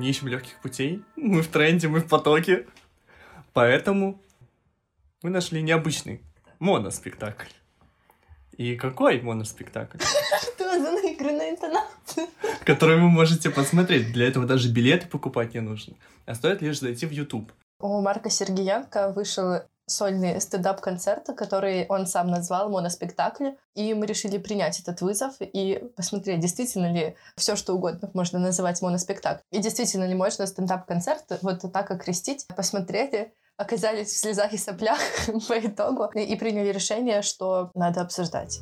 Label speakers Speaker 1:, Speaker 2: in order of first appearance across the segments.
Speaker 1: не ищем легких путей, мы в тренде, мы в потоке. Поэтому мы нашли необычный моноспектакль. И какой моноспектакль?
Speaker 2: Что за наигранная интонация?
Speaker 1: Который вы можете посмотреть. Для этого даже билеты покупать не нужно. А стоит лишь зайти в YouTube.
Speaker 2: У Марка Сергеенко вышел сольный стендап-концерт, который он сам назвал моноспектакль. И мы решили принять этот вызов и посмотреть, действительно ли все, что угодно можно называть моноспектакль. И действительно ли можно стендап-концерт вот так окрестить. Посмотрели, оказались в слезах и соплях по итогу и приняли решение, что надо обсуждать.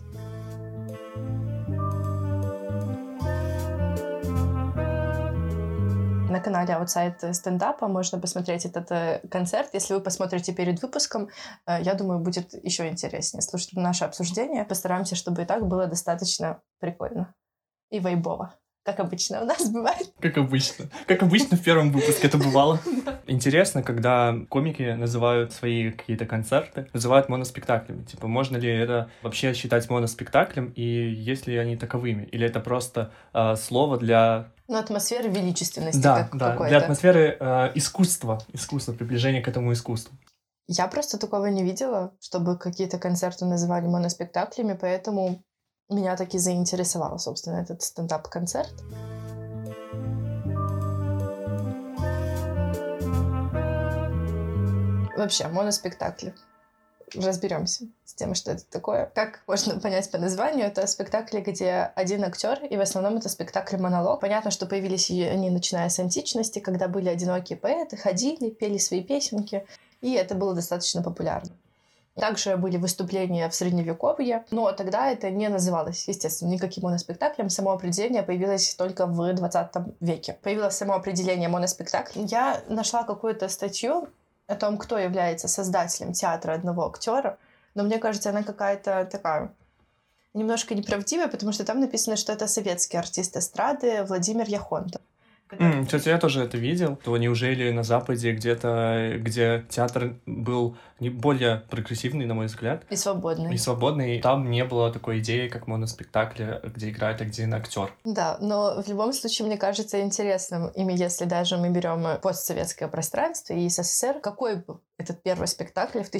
Speaker 2: На канале Outside стендапа можно посмотреть этот концерт. Если вы посмотрите перед выпуском, я думаю, будет еще интереснее слушать наше обсуждение. Постараемся, чтобы и так было достаточно прикольно и вайбово. Как обычно у нас бывает.
Speaker 1: Как обычно. Как обычно в первом выпуске это бывало. Интересно, когда комики называют свои какие-то концерты, называют моноспектаклями. Типа, можно ли это вообще считать моноспектаклем, и есть ли они таковыми? Или это просто слово для...
Speaker 2: Ну, атмосферы величественности
Speaker 1: какой-то. Для атмосферы искусства, приближения к этому искусству.
Speaker 2: Я просто такого не видела, чтобы какие-то концерты называли моноспектаклями, поэтому меня таки заинтересовал, собственно, этот стендап-концерт. Вообще, моноспектакли. Разберемся с тем, что это такое. Как можно понять по названию, это спектакли, где один актер, и в основном это спектакль-монолог. Понятно, что появились они, начиная с античности, когда были одинокие поэты, ходили, пели свои песенки, и это было достаточно популярно. Также были выступления в Средневековье, но тогда это не называлось, естественно, никаким моноспектаклем. Само определение появилось только в 20 веке. Появилось само определение моноспектакль. Я нашла какую-то статью о том, кто является создателем театра одного актера, но мне кажется, она какая-то такая немножко неправдивая, потому что там написано, что это советский артист эстрады Владимир Яхонтов.
Speaker 1: Кстати, я тоже это видел. То неужели на Западе где-то, где театр был более прогрессивный, на мой взгляд.
Speaker 2: И свободный.
Speaker 1: Там не было такой идеи, как моноспектакля, где играет один актер.
Speaker 2: Да, но в любом случае, мне кажется интересным, если даже мы берем постсоветское пространство и СССР, какой был этот первый спектакль в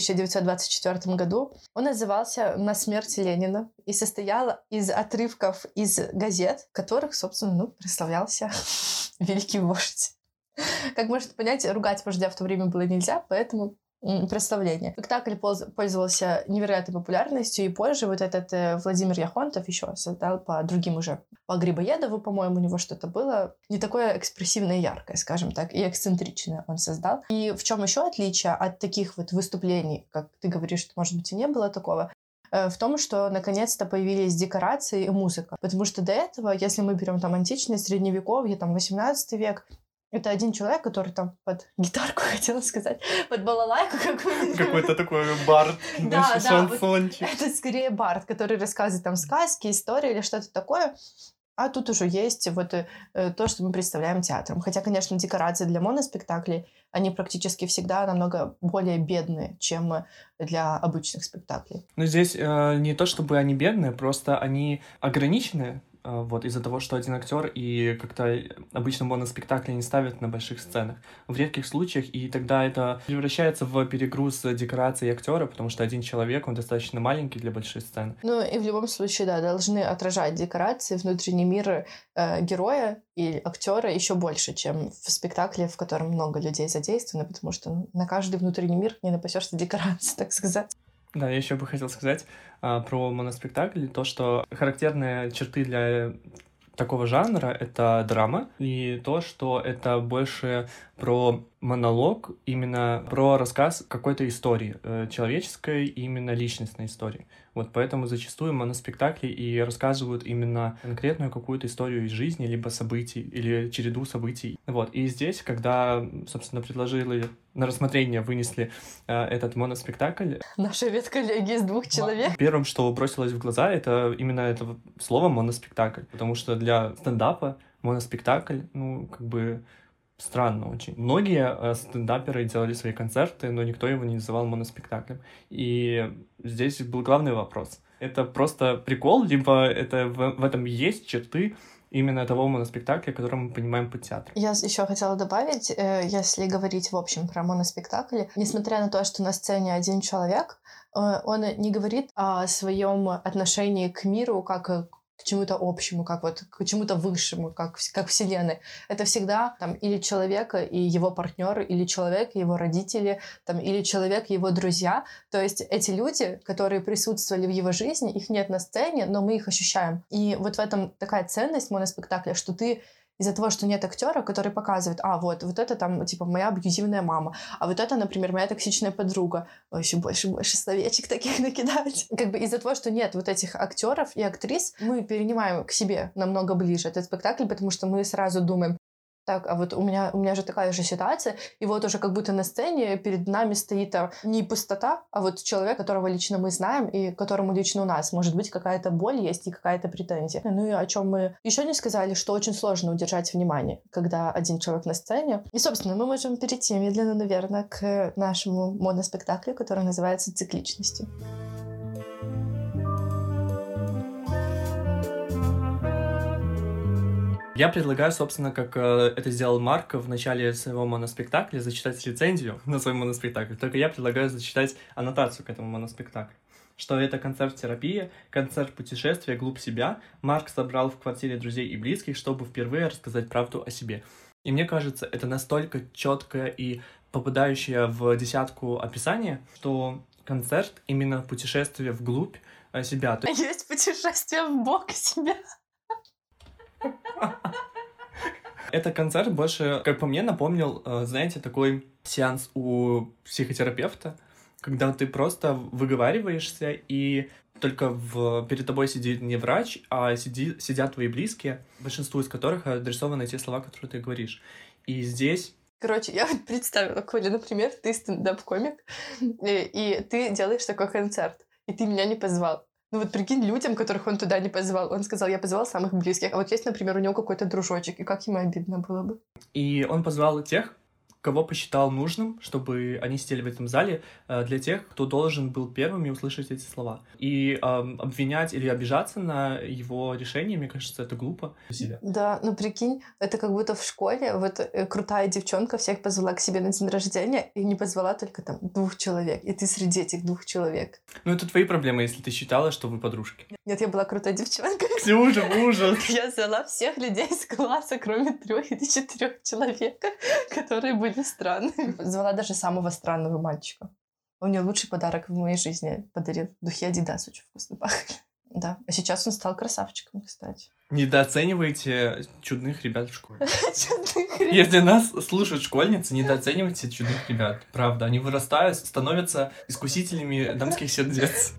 Speaker 2: 1924 году. Он назывался «На смерть Ленина» и состоял из отрывков из газет, в которых, собственно, прославлялся великий вождь. Как можно понять, ругать вождя в то время было нельзя, поэтому прославление. Спектакль пользовался невероятной популярностью, и позже вот этот Владимир Яхонтов еще создал по другим уже. По Грибоедову, по-моему, у него что-то было не такое экспрессивное и яркое, скажем так, и эксцентричное он создал. И в чем еще отличие от таких вот выступлений, как ты говоришь, что, может быть, и не было такого, в том, что наконец-то появились декорации и музыка. Потому что до этого, если мы берем там античное, средневековье, там 18 век, это один человек, который там под гитарку, хотела сказать, под балалайку какую-то.
Speaker 1: Какой-то такой бард, шансончик.
Speaker 2: Это скорее бард, который рассказывает там сказки, истории или что-то такое. А тут уже есть вот то, что мы представляем театром. Хотя, конечно, декорации для моноспектаклей, они практически всегда намного более бедные, чем для обычных спектаклей.
Speaker 1: Ну, здесь не то, чтобы они бедные, просто они ограничены. Вот, из-за того, что один актер, и как-то обычно моноспектакли не ставят на больших сценах. В редких случаях, и тогда это превращается в перегруз декораций актера, потому что один человек, он достаточно маленький для большой сцены.
Speaker 2: Ну, и в любом случае, да, должны отражать декорации, внутренний мир героя и актера еще больше, чем в спектакле, в котором много людей задействовано, потому что на каждый внутренний мир не напасешься декорации, так сказать.
Speaker 1: Да, я еще бы хотел сказать про моноспектакль, то, что характерные черты для такого жанра — это драма, и то, что это больше про монолог, именно про рассказ какой-то истории, человеческой, именно личностной истории. Вот поэтому зачастую моноспектакли и рассказывают именно конкретную какую-то историю из жизни, либо событий, или череду событий. Вот, и здесь, когда, собственно, предложили на рассмотрение, вынесли этот моноспектакль.
Speaker 2: Наша ветколлегия из 2 человек.
Speaker 1: Первым, что бросилось в глаза, это именно это слово моноспектакль, потому что для стендапа моноспектакль, странно очень. Многие стендаперы делали свои концерты, но никто его не называл моноспектаклем. И здесь был главный вопрос. Это просто прикол, либо это в этом есть черты именно того моноспектакля, который мы понимаем под театром.
Speaker 2: Я еще хотела добавить, если говорить в общем про моноспектакли, несмотря на то, что на сцене один человек, он не говорит о своем отношении к миру как к чему-то общему, как вот к чему-то высшему, как вселенной. Это всегда там или человек и его партнер, или человек и его родители, там, или человек и его друзья. То есть эти люди, которые присутствовали в его жизни, их нет на сцене, но мы их ощущаем. И вот в этом такая ценность моноспектакля, что ты из-за того, что нет актера, который показывает, вот это там, типа, моя абьюзивная мама, а вот это, например, моя токсичная подруга. Еще больше словечек таких накидать. Как бы из-за того, что нет вот этих актеров и актрис, мы перенимаем к себе намного ближе этот спектакль, потому что мы сразу думаем, так, а вот у меня же такая же ситуация, и вот уже как будто на сцене перед нами стоит не пустота, а вот человек, которого лично мы знаем, и которому лично у нас, может быть, какая-то боль есть и какая-то претензия. Ну и о чем мы еще не сказали, что очень сложно удержать внимание, когда один человек на сцене. И, собственно, мы можем перейти медленно, наверное, к нашему моноспектаклю, который называется «Цикличностью».
Speaker 1: Я предлагаю, собственно, как это сделал Марк в начале своего моноспектакля, зачитать рецензию на свой моноспектакль. Только я предлагаю зачитать аннотацию к этому моноспектаклю. Что это концерт-терапия, концерт-путешествия вглубь себя. Марк собрал в квартире друзей и близких, чтобы впервые рассказать правду о себе. И мне кажется, это настолько четкое и попадающее в десятку описание, что концерт именно путешествие вглубь себя.
Speaker 2: Есть путешествие в бок себя.
Speaker 1: Это концерт больше, как по мне, напомнил, знаете, такой сеанс у психотерапевта, когда ты просто выговариваешься, и только перед тобой сидит не врач, а сидят твои близкие, большинству из которых адресованы те слова, которые ты говоришь. И здесь...
Speaker 2: Короче, я вот представила, Коля, например, ты стендап-комик, и ты делаешь такой концерт, и ты меня не позвал. Ну вот прикинь, людям, которых он туда не позвал. Он сказал, я позвал самых близких. А вот есть, например, у него какой-то дружочек, и как ему обидно было бы.
Speaker 1: И он позвал тех, кого посчитал нужным, чтобы они сидели в этом зале, для тех, кто должен был первыми услышать эти слова. И обвинять или обижаться на его решение, мне кажется, это глупо.
Speaker 2: Да, ну прикинь, это как будто в школе вот крутая девчонка всех позвала к себе на день рождения и не позвала только там 2 человек, и ты среди этих 2 человек.
Speaker 1: Ну это твои проблемы, если ты считала, что вы подружки.
Speaker 2: Нет, я была крутая девчонка.
Speaker 1: Ксюша, ужас!
Speaker 2: Я звала всех людей из класса, кроме 3 или 4 человек, которые были странными. Звала даже самого странного мальчика. Он мне лучший подарок в моей жизни подарил. Духи Adidas очень вкусно пахли. Да. А сейчас он стал красавчиком, кстати.
Speaker 1: Недооценивайте чудных ребят в школе. Если нас слушают школьницы, недооценивайте чудных ребят. Правда, они вырастают, становятся искусителями дамских сердец.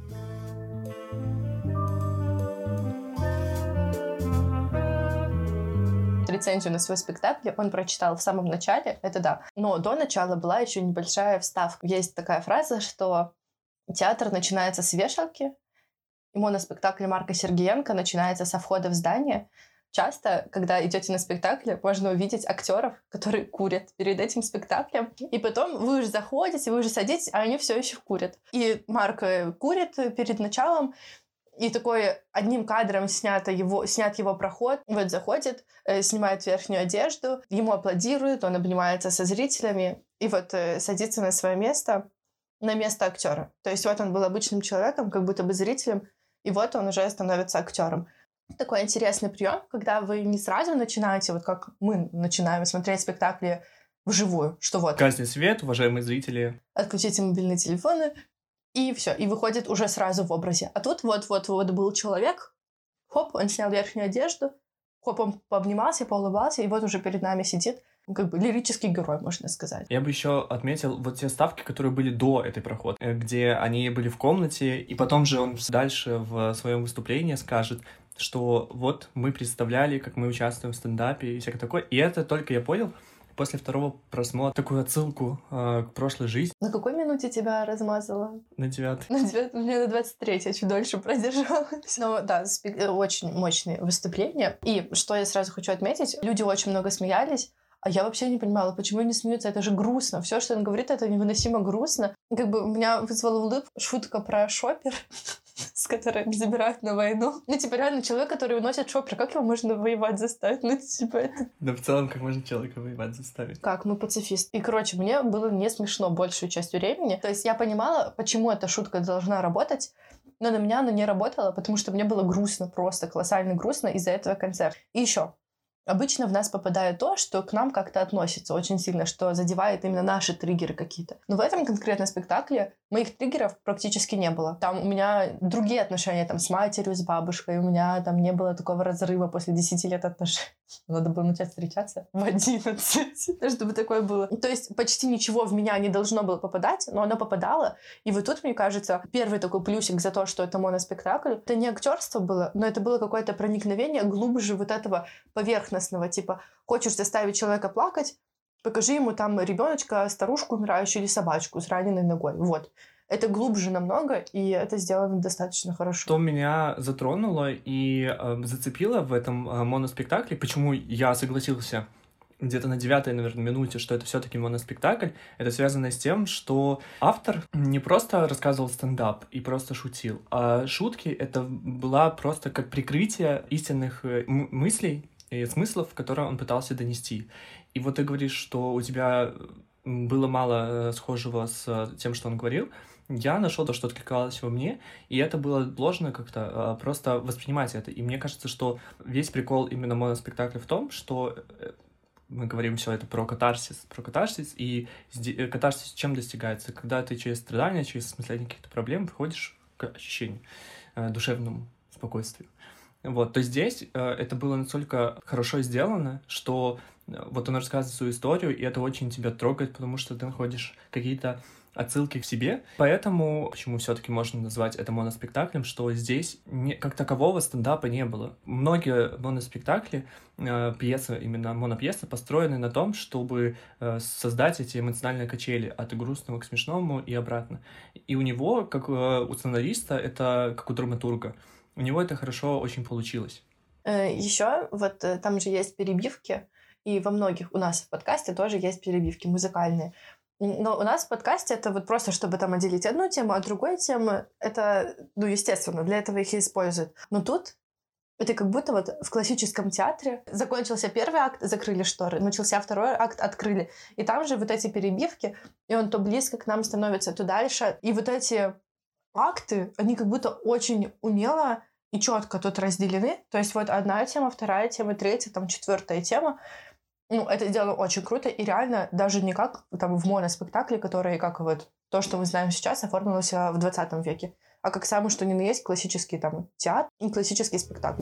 Speaker 2: Рецензию на свой спектакль он прочитал в самом начале, это да. Но до начала была еще небольшая вставка. Есть такая фраза, что театр начинается с вешалки, и моноспектакль Марка Сергеенко начинается со входа в здание. Часто, когда идете на спектакль, можно увидеть актеров, которые курят перед этим спектаклем. И потом вы уже заходите, вы уже садитесь, а они все еще курят. И Марк курит перед началом, и такой одним кадром снят его проход. Вот заходит, снимает верхнюю одежду, ему аплодируют, он обнимается со зрителями и вот садится на свое место, на место актера. То есть вот он был обычным человеком, как будто бы зрителем, и вот он уже становится актером. Такой интересный прием, когда вы не сразу начинаете, вот как мы начинаем смотреть спектакли вживую, что вот...
Speaker 1: Красный свет, уважаемые зрители.
Speaker 2: Отключите мобильные телефоны, и все, и выходит уже сразу в образе. А тут вот был человек, хоп, он снял верхнюю одежду, хоп, он пообнимался, поулыбался, и вот уже перед нами сидит, как бы лирический герой, можно сказать.
Speaker 1: Я бы еще отметил вот те ставки, которые были до этой проходки, где они были в комнате, и потом же он дальше в своем выступлении скажет, что вот мы представляли, как мы участвуем в стендапе и всякое такое. И это только я понял после 2-го просмотра, такую отсылку к прошлой жизни.
Speaker 2: На какой минуте тебя размазало?
Speaker 1: На 9-й.
Speaker 2: На 9-й, у меня на 23-й, я чуть дольше продержалась. Но да, очень мощные выступления. И что я сразу хочу отметить, люди очень много смеялись, а я вообще не понимала, почему они смеются, это же грустно. Все, что он говорит, это невыносимо грустно. Как бы у меня вызвала улыбку шутка про шопер. с которым забирают на войну. Ну, типа, реально, человек, который уносит шопер, как его можно воевать заставить? Ну, типа, это...
Speaker 1: Да в целом, как можно человека воевать заставить?
Speaker 2: Как, мы пацифист. И, короче, мне было не смешно большую часть времени. То есть я понимала, почему эта шутка должна работать, но на меня она не работала, потому что мне было грустно, просто колоссально грустно из-за этого концерта. И еще. Обычно в нас попадает то, что к нам как-то относится очень сильно, что задевает именно наши триггеры какие-то. Но в этом конкретном спектакле моих триггеров практически не было. Там у меня другие отношения там, с матерью, с бабушкой. У меня там не было такого разрыва после 10 лет отношений. Надо было начать встречаться в 11, чтобы такое было. То есть почти ничего в меня не должно было попадать, но оно попадало. И вот тут, мне кажется, первый такой плюсик за то, что это моноспектакль. Это не актерство было, но это было какое-то проникновение глубже вот этого поверхностного. Типа, хочешь заставить человека плакать, покажи ему там ребеночка, старушку умирающую или собачку с раненой ногой. Вот. Это глубже намного, и это сделано достаточно хорошо.
Speaker 1: Что меня затронуло и зацепило в этом моноспектакле, почему я согласился где-то на 9-й, наверное, минуте, что это все-таки моноспектакль, это связано с тем, что автор не просто рассказывал стендап и просто шутил, а шутки — это была просто как прикрытие истинных мыслей и смыслов, которые он пытался донести. И вот ты говоришь, что у тебя было мало схожего с тем, что он говорил. Я нашел то, что откликалось во мне, и это было сложно как-то просто воспринимать это. И мне кажется, что весь прикол именно моноспектакля в том, что мы говорим все это про катарсис, и катарсис чем достигается? Когда ты через страдания, через осмысление каких-то проблем приходишь к ощущению, душевному спокойствию. Вот, то здесь это было настолько хорошо сделано, что вот он рассказывает свою историю, и это очень тебя трогает, потому что ты находишь какие-то отсылки к себе. Поэтому, почему все-таки можно назвать это моноспектаклем, что здесь как такового стендапа не было. Многие моноспектакли, пьесы, именно монопьесы, построены на том, чтобы создать эти эмоциональные качели от грустного к смешному и обратно. И у него, как у сценариста, это как у драматурга. У него это хорошо очень получилось.
Speaker 2: Еще вот там же есть перебивки, и во многих у нас в подкасте тоже есть перебивки музыкальные. Но у нас в подкасте это вот просто, чтобы там отделить одну тему от другой темы. Это, ну, естественно, для этого их и используют. Но тут это как будто вот в классическом театре закончился первый акт, закрыли шторы, начался второй акт, открыли. И там же вот эти перебивки, и он то близко к нам становится, то дальше. И вот эти акты, они как будто очень умело и четко тут разделены. То есть вот одна тема, вторая тема, третья, там четвертая тема. Ну, это сделано очень круто, и реально даже не как там в моноспектакле, который, как вот то, что мы знаем сейчас, оформилось в 20 веке, а как самый что ни на есть классический там театр и классический спектакль.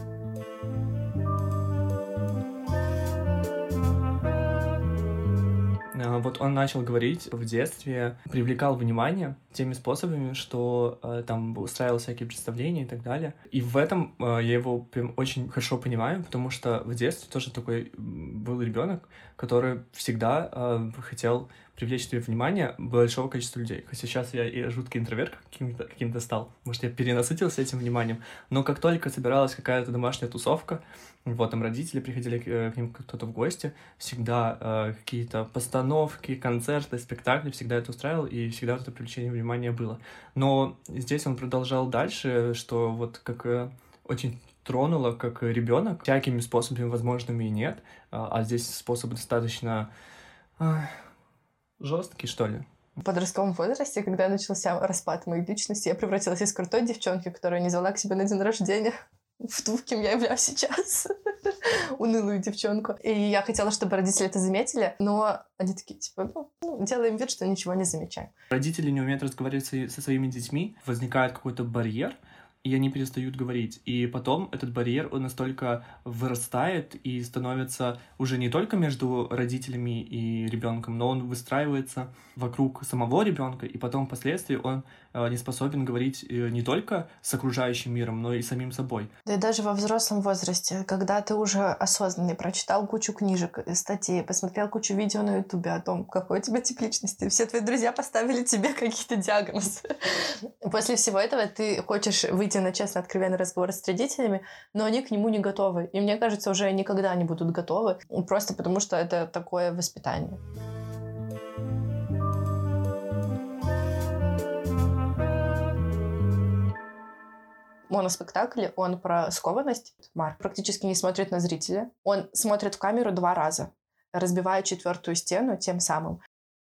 Speaker 1: Вот он начал говорить в детстве, привлекал внимание теми способами, что там устраивал всякие представления и так далее. И в этом я его прям очень хорошо понимаю, потому что в детстве тоже такой был ребенок, который всегда хотел привлечь себе внимание большого количества людей. Хотя сейчас я и жуткий интроверт каким-то стал. Может, я перенасытился этим вниманием. Но как только собиралась какая-то домашняя тусовка, вот там родители приходили к ним кто-то в гости, всегда какие-то постановки, концерты, спектакли, всегда это устраивал, и всегда вот это привлечение внимания было. Но здесь он продолжал дальше, что вот как очень тронуло, как ребенок, всякими способами возможными и нет, а здесь способы достаточно жесткие, что ли.
Speaker 2: В подростковом возрасте, когда начался распад моей личности, я превратилась из крутой девчонки, которая не звала к себе на день рождения, в ту, кем я являюсь сейчас. Унылую девчонку. И я хотела, чтобы родители это заметили, но они такие, типа, делаем вид, что ничего не замечаем.
Speaker 1: Родители не умеют разговаривать со своими детьми, возникает какой-то барьер, и они перестают говорить. И потом этот барьер, он настолько вырастает и становится уже не только между родителями и ребенком, но он выстраивается вокруг самого ребенка, и потом впоследствии он не способен говорить не только с окружающим миром, но и самим собой.
Speaker 2: Да и даже во взрослом возрасте, когда ты уже осознанный, прочитал кучу книжек, статей, посмотрел кучу видео на Ютубе о том, какой у тебя тип личности, все твои друзья поставили тебе какие-то диагнозы. После всего этого ты хочешь выйти на честно откровенный разговор с родителями, но они к нему не готовы. И мне кажется, уже никогда не будут готовы, просто потому что это такое воспитание. моноспектакль, он про скованность. Марк практически не смотрит на зрителя. Он смотрит в камеру 2 раза, разбивая 4-ю стену тем самым.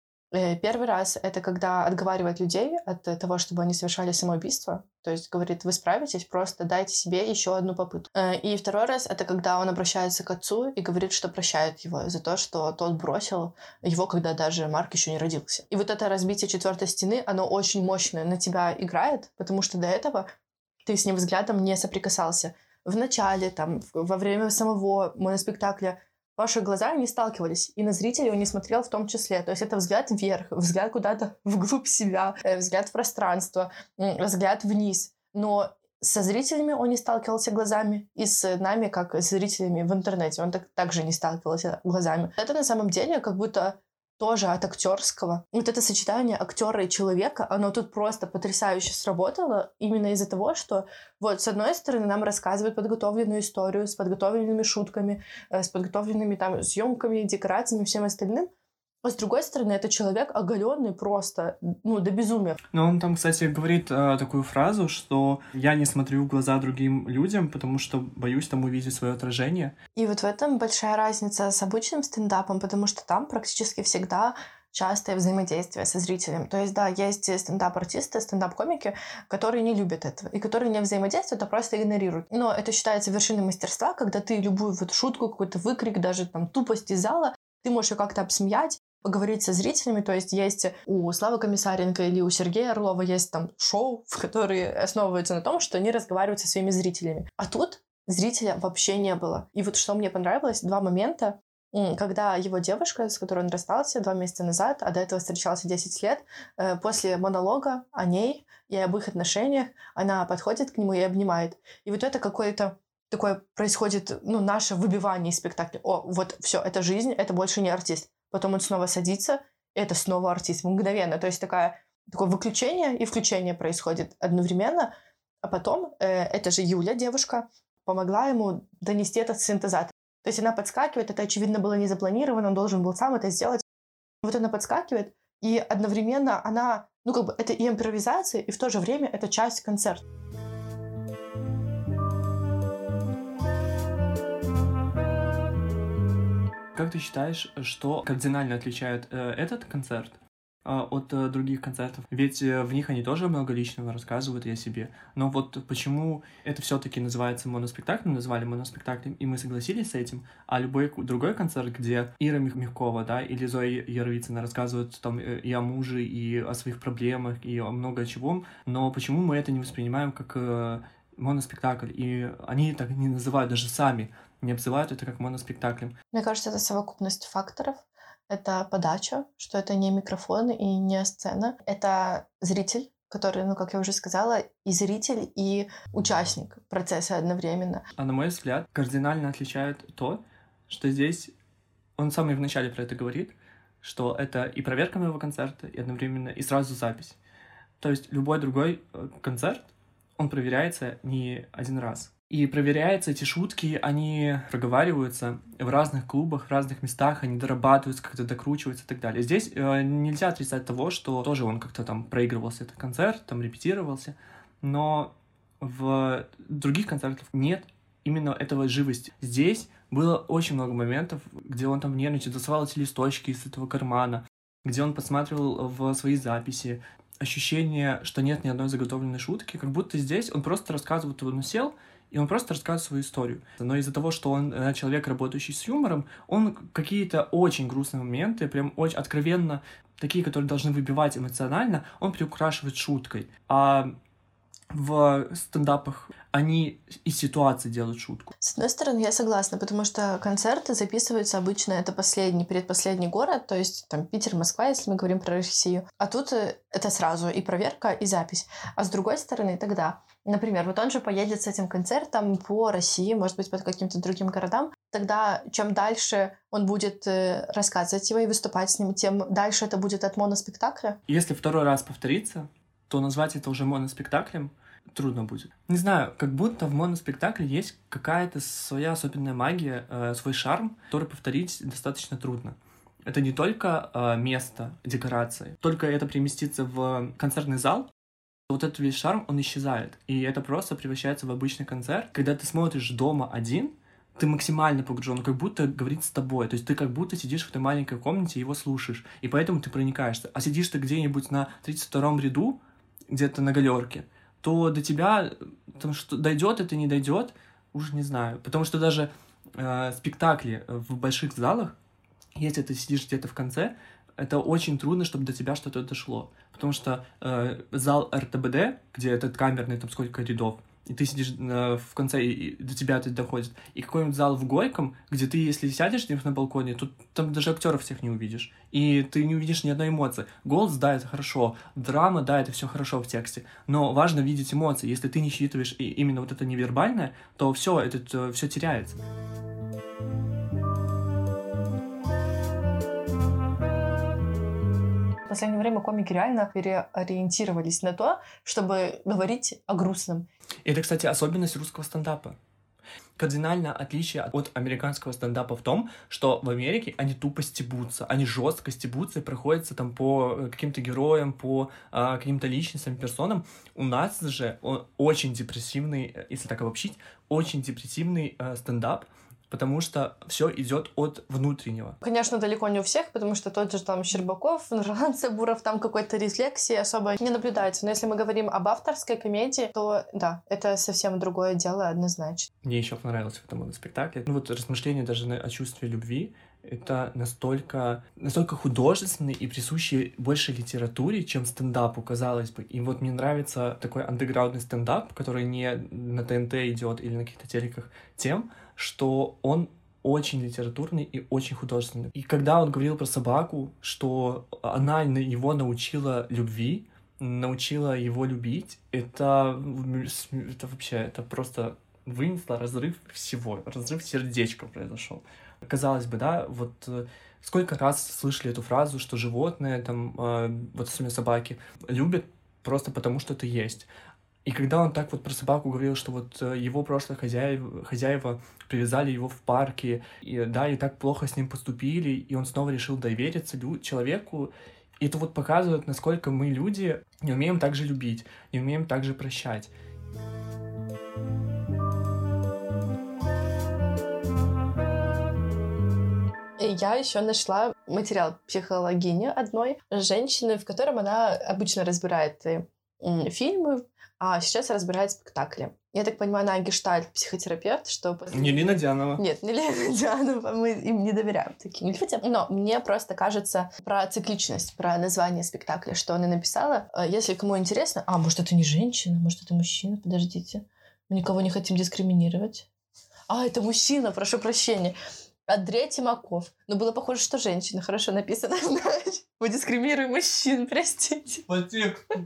Speaker 2: Первый раз — это когда отговаривает людей от того, чтобы они совершали самоубийство. То есть говорит: вы справитесь, просто дайте себе еще одну попытку. И второй раз — это когда он обращается к отцу и говорит, что прощает его за то, что тот бросил его, когда даже Марк еще не родился. И вот это разбитие 4-й стены, оно очень мощно на тебя играет, потому что до этого ты с ним взглядом не соприкасался. В начале, там, во время самого моноспектакля ваши глаза не сталкивались, и на зрителя он не смотрел в том числе. То есть это взгляд вверх, взгляд куда-то вглубь себя, взгляд в пространство, взгляд вниз. Но со зрителями он не сталкивался глазами, и с нами, как с зрителями в интернете, он также не сталкивался глазами. Это на самом деле как будто тоже от актерского. Вот это сочетание актера и человека, оно тут просто потрясающе сработало именно из-за того, что вот с одной стороны нам рассказывают подготовленную историю с подготовленными шутками, с подготовленными там съемками, декорациями, всем остальным, а с другой стороны это человек оголенный просто, до безумия.
Speaker 1: Но он там, кстати, говорит такую фразу, что я не смотрю в глаза другим людям, потому что боюсь там увидеть свое отражение.
Speaker 2: И вот в этом большая разница с обычным стендапом, потому что там практически всегда частое взаимодействие со зрителем. То есть, да, есть стендап-артисты, стендап-комики, которые не любят этого, и которые не взаимодействуют, а просто игнорируют. Но это считается вершиной мастерства, когда ты любую вот шутку, какой-то выкрик, даже там тупость из зала, ты можешь ее как-то обсмеять, поговорить со зрителями. То есть у Славы Комиссаренко или у Сергея Орлова есть там шоу, в которые основываются на том, что они разговаривают со своими зрителями. А тут зрителя вообще не было. И вот что мне понравилось, 2 момента, когда его девушка, с которой он расстался 2 месяца назад, а до этого встречался 10 лет, после монолога о ней и об их отношениях, она подходит к нему и обнимает. И вот это какое-то такое происходит, наше выбивание из спектакля. О, вот все, это жизнь, это больше не артист. Потом он снова садится, и это снова артист, мгновенно. То есть такое выключение и включение происходит одновременно. А потом эта же Юля, девушка, помогла ему донести этот синтезатор. То есть она подскакивает, это, очевидно, было не запланировано, он должен был сам это сделать. Вот она подскакивает, и одновременно она, это и импровизация, и в то же время это часть концерта.
Speaker 1: Как ты считаешь, что кардинально отличает этот концерт от других концертов? Ведь в них они тоже много личного рассказывают и о себе. Но вот почему это все-таки называется моноспектаклем, назвали моноспектаклем, и мы согласились с этим, а любой другой концерт, где Ира Мягкова, да, или Зоя Яровицына рассказывают там и о муже, и о своих проблемах, и о много чего, но почему мы это не воспринимаем как моноспектакль, и они так не называют даже сами, не обзывают это как моноспектаклем?
Speaker 2: Мне кажется, это совокупность факторов. Это подача, что это не микрофон и не сцена. Это зритель, который, как я уже сказала, и зритель, и участник процесса одновременно.
Speaker 1: А на мой взгляд, кардинально отличает то, что здесь, он сам и вначале про это говорит, что это и проверка моего концерта, и одновременно и сразу запись. То есть любой другой концерт, он проверяется не один раз. И проверяются эти шутки, они проговариваются в разных клубах, в разных местах, они дорабатываются, как-то докручиваются и так далее. Здесь нельзя отрицать того, что тоже он как-то там проигрывался, этот концерт, там репетировался, но в других концертах нет именно этого живости. Здесь было очень много моментов, где он там нервничал, доставал эти листочки из этого кармана, где он подсматривал в свои записи. Ощущение, что нет ни одной заготовленной шутки, как будто здесь он просто рассказывает, он сел, и он просто рассказывает свою историю. Но из-за того, что он человек, работающий с юмором, он какие-то очень грустные моменты, прям очень откровенно, такие, которые должны выбивать эмоционально, он приукрашивает шуткой. А в стендапах они из ситуации делают шутку.
Speaker 2: С одной стороны, я согласна, потому что концерты записываются обычно, это предпоследний город, то есть там Питер, Москва, если мы говорим про Россию. А тут это сразу и проверка, и запись. А с другой стороны, тогда, например, вот он же поедет с этим концертом по России, может быть, по каким-то другим городам. Тогда чем дальше он будет рассказывать его и выступать с ним, тем дальше это будет от моноспектакля.
Speaker 1: Если второй раз повторится, то назвать это уже моноспектаклем трудно будет. Не знаю, как будто в моноспектакле есть какая-то своя особенная магия, свой шарм, который повторить достаточно трудно. Это не только место, декорации. Только это переместиться в концертный зал, Вот этот весь шарм, он исчезает. И это просто превращается в обычный концерт. Когда ты смотришь дома один, ты максимально погружен, он как будто говорит с тобой. То есть ты как будто сидишь в той маленькой комнате и его слушаешь. И поэтому ты проникаешься. А сидишь ты где-нибудь на 32-м ряду, где-то на галерке, то до тебя там, что дойдет это, не дойдет, уж не знаю. Потому что даже спектакли в больших залах, если ты сидишь где-то в конце, это очень трудно, чтобы до тебя что-то дошло. Потому что зал РТБД, где этот камерный, там сколько рядов, и ты сидишь в конце, и до тебя это доходит. И какой-нибудь зал в Горьком, где ты, если сядешь на балконе, то там даже актеров всех не увидишь. И ты не увидишь ни одной эмоции. Голос, да, это хорошо. Драма, да, это все хорошо в тексте. Но важно видеть эмоции. Если ты не считываешь именно вот это невербальное, то все теряется.
Speaker 2: В последнее время комики реально переориентировались на то, чтобы говорить о грустном.
Speaker 1: И это, кстати, особенность русского стендапа. Кардинальное отличие от американского стендапа в том, что в Америке они тупо стебутся, они жестко стебутся и проходятся там по каким-то героям, по каким-то личностям, персонам. У нас же очень депрессивный, если так обобщить, очень депрессивный стендап, потому что все идет от внутреннего.
Speaker 2: Конечно, далеко не у всех, потому что тот же там Щербаков, Нурлан Сабуров, там какой-то рефлексии особо не наблюдается. Но если мы говорим об авторской комедии, то да, это совсем другое дело однозначно.
Speaker 1: Мне еще понравился в этом моноспектакле. Ну вот размышления даже о чувстве любви, это настолько художественный и присущий больше литературе, чем стендапу, казалось бы. И вот мне нравится такой андеграундный стендап, который не на ТНТ идет или на каких-то телеках, тем, что он очень литературный и очень художественный. И когда он говорил про собаку, что она его научила любви, научила его любить, это вообще, это просто вынесло разрыв всего, разрыв сердечка произошел. Казалось бы, да, вот сколько раз слышали эту фразу, что животные, там, вот особенно собаки, любят просто потому, что ты есть. И когда он так вот про собаку говорил, что вот его прошлые хозяева привязали его в парке, и так плохо с ним поступили, и он снова решил довериться человеку, и это вот показывает, насколько мы, люди, не умеем так же любить, не умеем так же прощать.
Speaker 2: Я еще нашла материал психологини одной женщины, в котором она обычно разбирает фильмы, а сейчас разбирает спектакли. Я так понимаю, она гештальт-психотерапевт, что...
Speaker 1: Не Лина Дианова.
Speaker 2: Нет, не Лина Дианова, мы им не доверяем таким людям. Но мне просто кажется про цикличность, про название спектакля, что она написала. Если кому интересно... может, это не женщина, может, это мужчина, подождите. Мы никого не хотим дискриминировать. Это мужчина, прошу прощения. Андрей Тимаков. Но было похоже, что женщина. Хорошо написано, знаешь. Мы дискриминируем мужчин, простите.
Speaker 1: По тексту.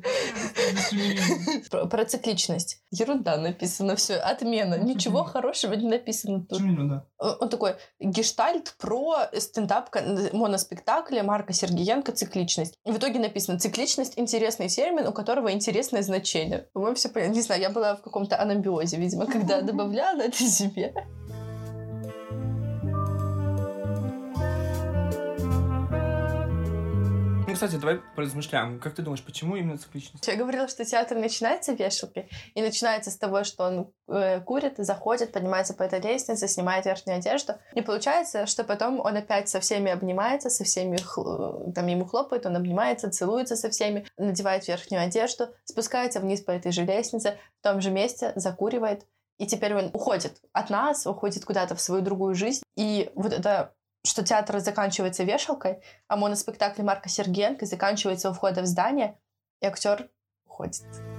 Speaker 2: Про цикличность. Ерунда написано, все, отмена. Ничего хорошего не написано тут.
Speaker 1: Почему ерунда?
Speaker 2: Он такой, гештальт про стендап моноспектакля Марка Сергеенко «Цикличность». И в итоге написано «Цикличность» — интересный термин, у которого интересное значение. По-моему, все понятно. Не знаю, я была в каком-то анабиозе, видимо, когда добавляла это себе.
Speaker 1: Кстати, давай поразмышляем. Как ты думаешь, почему именно цикличность?
Speaker 2: Я говорила, что театр начинается вешалкой, и начинается с того, что он курит, заходит, поднимается по этой лестнице, снимает верхнюю одежду. И получается, что потом он опять со всеми обнимается, со всеми там ему хлопает, он обнимается, целуется со всеми, надевает верхнюю одежду, спускается вниз по этой же лестнице, в том же месте, закуривает. И теперь он уходит от нас, уходит куда-то в свою другую жизнь. И вот это... что театр заканчивается вешалкой, а моноспектакль Марка Сергеенко заканчивается у входа в здание, и актер уходит.